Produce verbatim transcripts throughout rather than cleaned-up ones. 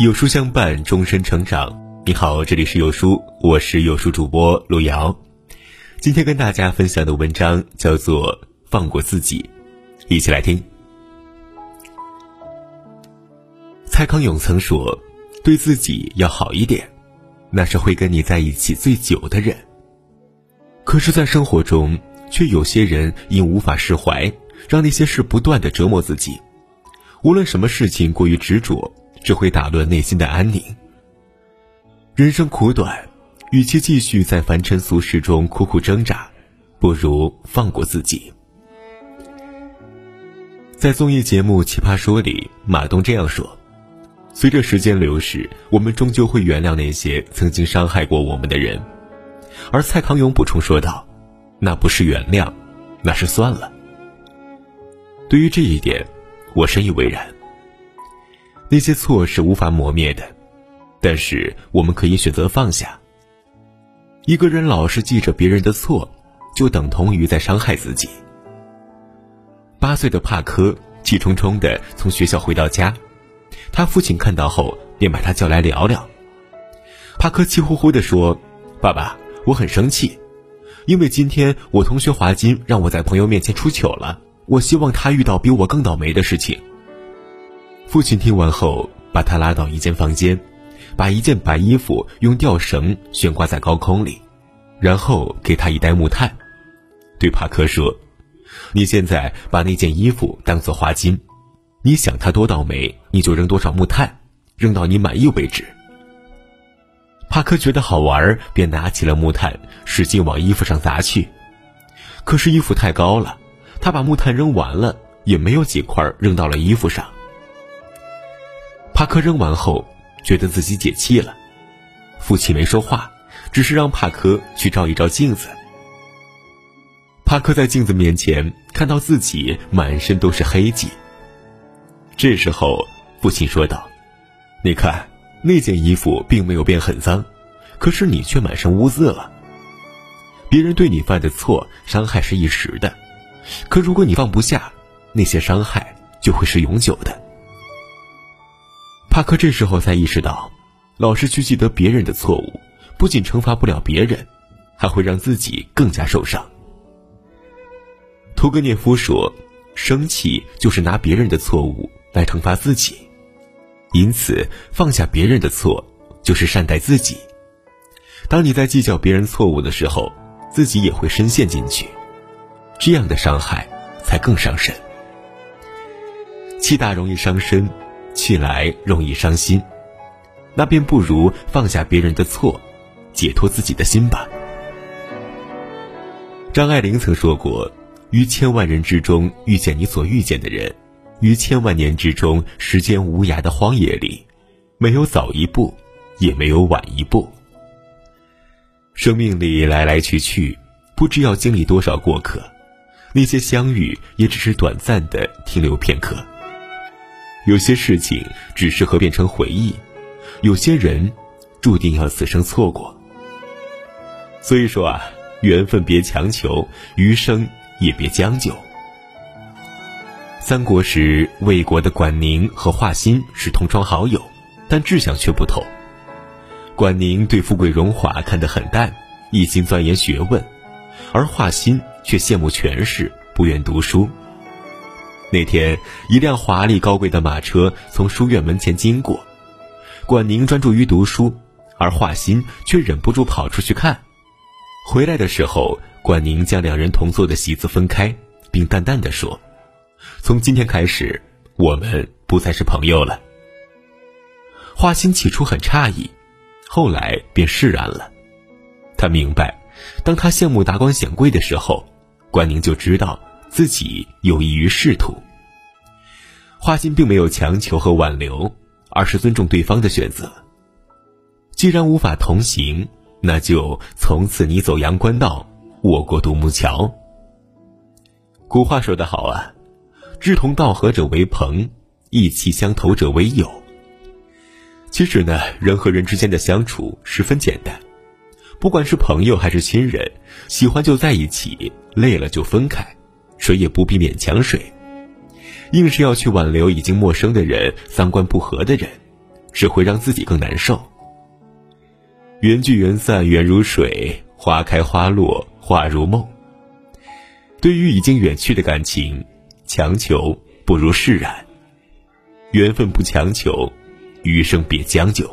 有书相伴，终身成长。你好，这里是有书，我是有书主播路遥。今天跟大家分享的文章叫做《放过自己》，一起来听。蔡康永曾说，对自己要好一点，那是会跟你在一起最久的人。可是在生活中，却有些人因无法释怀，让那些事不断地折磨自己。无论什么事情过于执着，只会打乱内心的安宁。人生苦短，与其继续在凡尘俗世中苦苦挣扎，不如放过自己。在综艺节目《奇葩说》里，马东这样说，随着时间流逝，我们终究会原谅那些曾经伤害过我们的人。而蔡康永补充说道，那不是原谅，那是算了。对于这一点，我深以为然。那些错是无法磨灭的，但是我们可以选择放下。一个人老是记着别人的错，就等同于在伤害自己。八岁的帕科气冲冲地从学校回到家，他父亲看到后便把他叫来聊聊。帕科气呼呼地说，爸爸，我很生气，因为今天我同学华金让我在朋友面前出糗了，我希望他遇到比我更倒霉的事情。父亲听完后，把他拉到一间房间，把一件白衣服用吊绳悬挂在高空里，然后给他一袋木炭，对帕科说，你现在把那件衣服当作华金，你想他多倒霉，你就扔多少木炭，扔到你满意为止。帕科觉得好玩，便拿起了木炭，使劲往衣服上砸去。可是衣服太高了，他把木炭扔完了，也没有几块扔到了衣服上。帕科扔完后，觉得自己解气了。父亲没说话，只是让帕科去照一照镜子。帕科在镜子面前看到自己满身都是黑迹。这时候，父亲说道，你看，那件衣服并没有变很脏，可是你却满身污渍了。别人对你犯的错，伤害是一时的，可如果你放不下，那些伤害就会是永久的。帕科这时候才意识到，老是去记得别人的错误，不仅惩罚不了别人，还会让自己更加受伤。屠格涅夫说，生气就是拿别人的错误来惩罚自己，因此放下别人的错就是善待自己。当你在计较别人错误的时候，自己也会深陷进去，这样的伤害才更伤身。气大容易伤身，气来容易伤心，那便不如放下别人的错，解脱自己的心吧。张爱玲曾说过，于千万人之中遇见你所遇见的人，于千万年之中时间无涯的荒野里，没有早一步，也没有晚一步。生命里来来去去，不知要经历多少过客，那些相遇也只是短暂的停留片刻。有些事情只适合变成回忆，有些人注定要此生错过。所以说啊，缘分别强求，余生也别将就。三国时，魏国的管宁和华歆是同窗好友，但志向却不同。管宁对富贵荣华看得很淡，一心钻研学问，而华歆却羡慕权势，不愿读书。那天，一辆华丽高贵的马车从书院门前经过，管宁专注于读书，而华歆却忍不住跑出去看。回来的时候，管宁将两人同坐的席子分开，并淡淡地说，从今天开始，我们不再是朋友了。华歆起初很诧异，后来便释然了。他明白，当他羡慕达官显贵的时候，管宁就知道自己有益于仕途。华歆并没有强求和挽留，而是尊重对方的选择。既然无法同行，那就从此你走阳关道，我过独木桥。古话说得好啊，志同道合者为朋，意气相投者为友。其实呢，人和人之间的相处十分简单，不管是朋友还是亲人，喜欢就在一起，累了就分开，谁也不必勉强谁。硬是要去挽留已经陌生的人、三观不合的人， 只会让自己更难受。缘聚缘散，缘如水，花开花落，花如梦。对于已经远去的感情，强求不如释然。缘分不强求，余生别将就。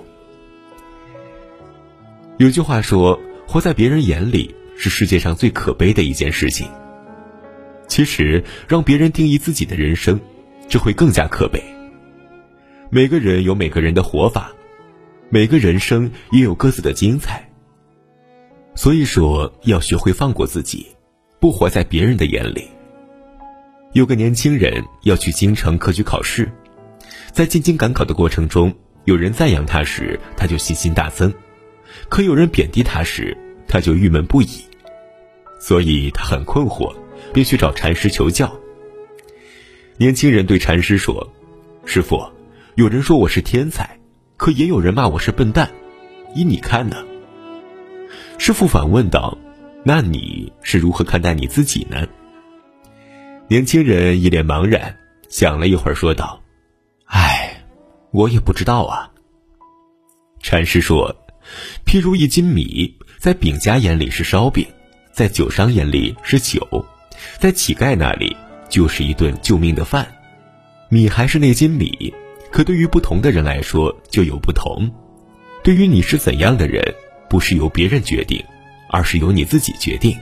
有句话说，活在别人眼里是世界上最可悲的一件事情。其实，让别人定义自己的人生，这会更加可悲。每个人有每个人的活法，每个人生也有各自的精彩。所以说，要学会放过自己，不活在别人的眼里。有个年轻人要去京城科举考试，在进京赶考的过程中，有人赞扬他时，他就信心大增；可有人贬低他时，他就郁闷不已。所以他很困惑，便去找禅师求教。年轻人对禅师说：“师父，有人说我是天才，可也有人骂我是笨蛋，依你看呢？”师父反问道：“那你是如何看待你自己呢？”年轻人一脸茫然，想了一会儿说道：“唉，我也不知道啊。”禅师说：“譬如一斤米，在饼家眼里是烧饼，在酒商眼里是酒，在乞丐那里就是一顿救命的饭。米还是那斤米，可对于不同的人来说就有不同。对于你是怎样的人，不是由别人决定，而是由你自己决定。”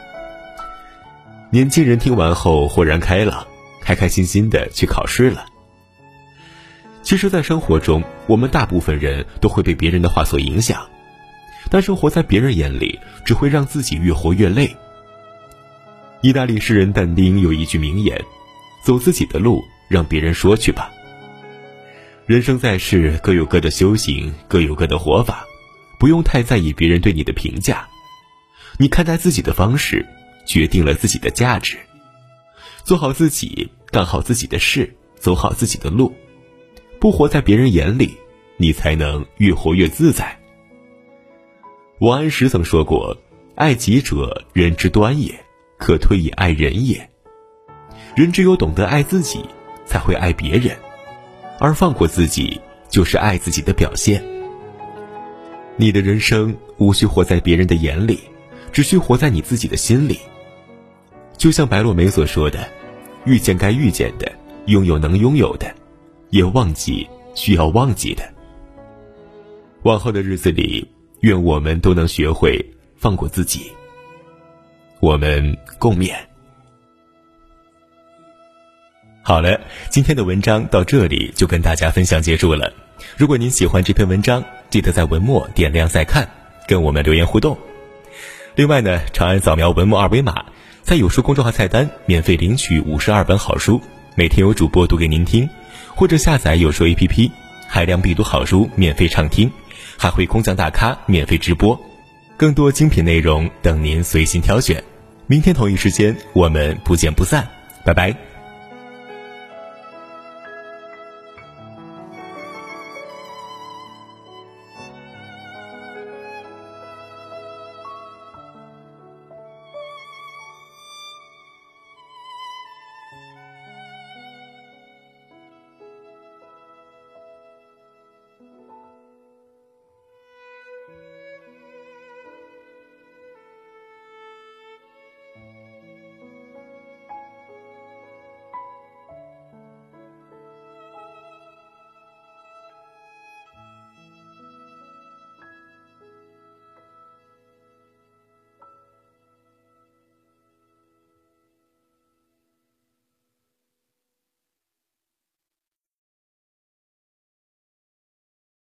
年轻人听完后豁然开朗，开开心心的去考试了。其实在生活中，我们大部分人都会被别人的话所影响，但生活在别人眼里，只会让自己越活越累。意大利诗人但丁有一句名言：“走自己的路，让别人说去吧。”人生在世，各有各的修行，各有各的活法，不用太在意别人对你的评价。你看待自己的方式，决定了自己的价值。做好自己，干好自己的事，走好自己的路，不活在别人眼里，你才能越活越自在。王安石曾说过：“爱己者，人之端也，可推以爱人也。”人只有懂得爱自己，才会爱别人，而放过自己，就是爱自己的表现。你的人生无需活在别人的眼里，只需活在你自己的心里。就像白落梅所说的：“遇见该遇见的，拥有能拥有的，也忘记需要忘记的。”往后的日子里，愿我们都能学会放过自己。我们共勉。好了，今天的文章到这里就跟大家分享结束了。如果您喜欢这篇文章，记得在文末点亮再看，跟我们留言互动。另外呢，长按扫描文末二维码，在有书公众号菜单免费领取五十二本好书，每天有主播读给您听，或者下载有书 A P P， 海量必读好书免费畅听，还会空降大咖免费直播，更多精品内容等您随心挑选。明天同一时间，我们不见不散，拜拜。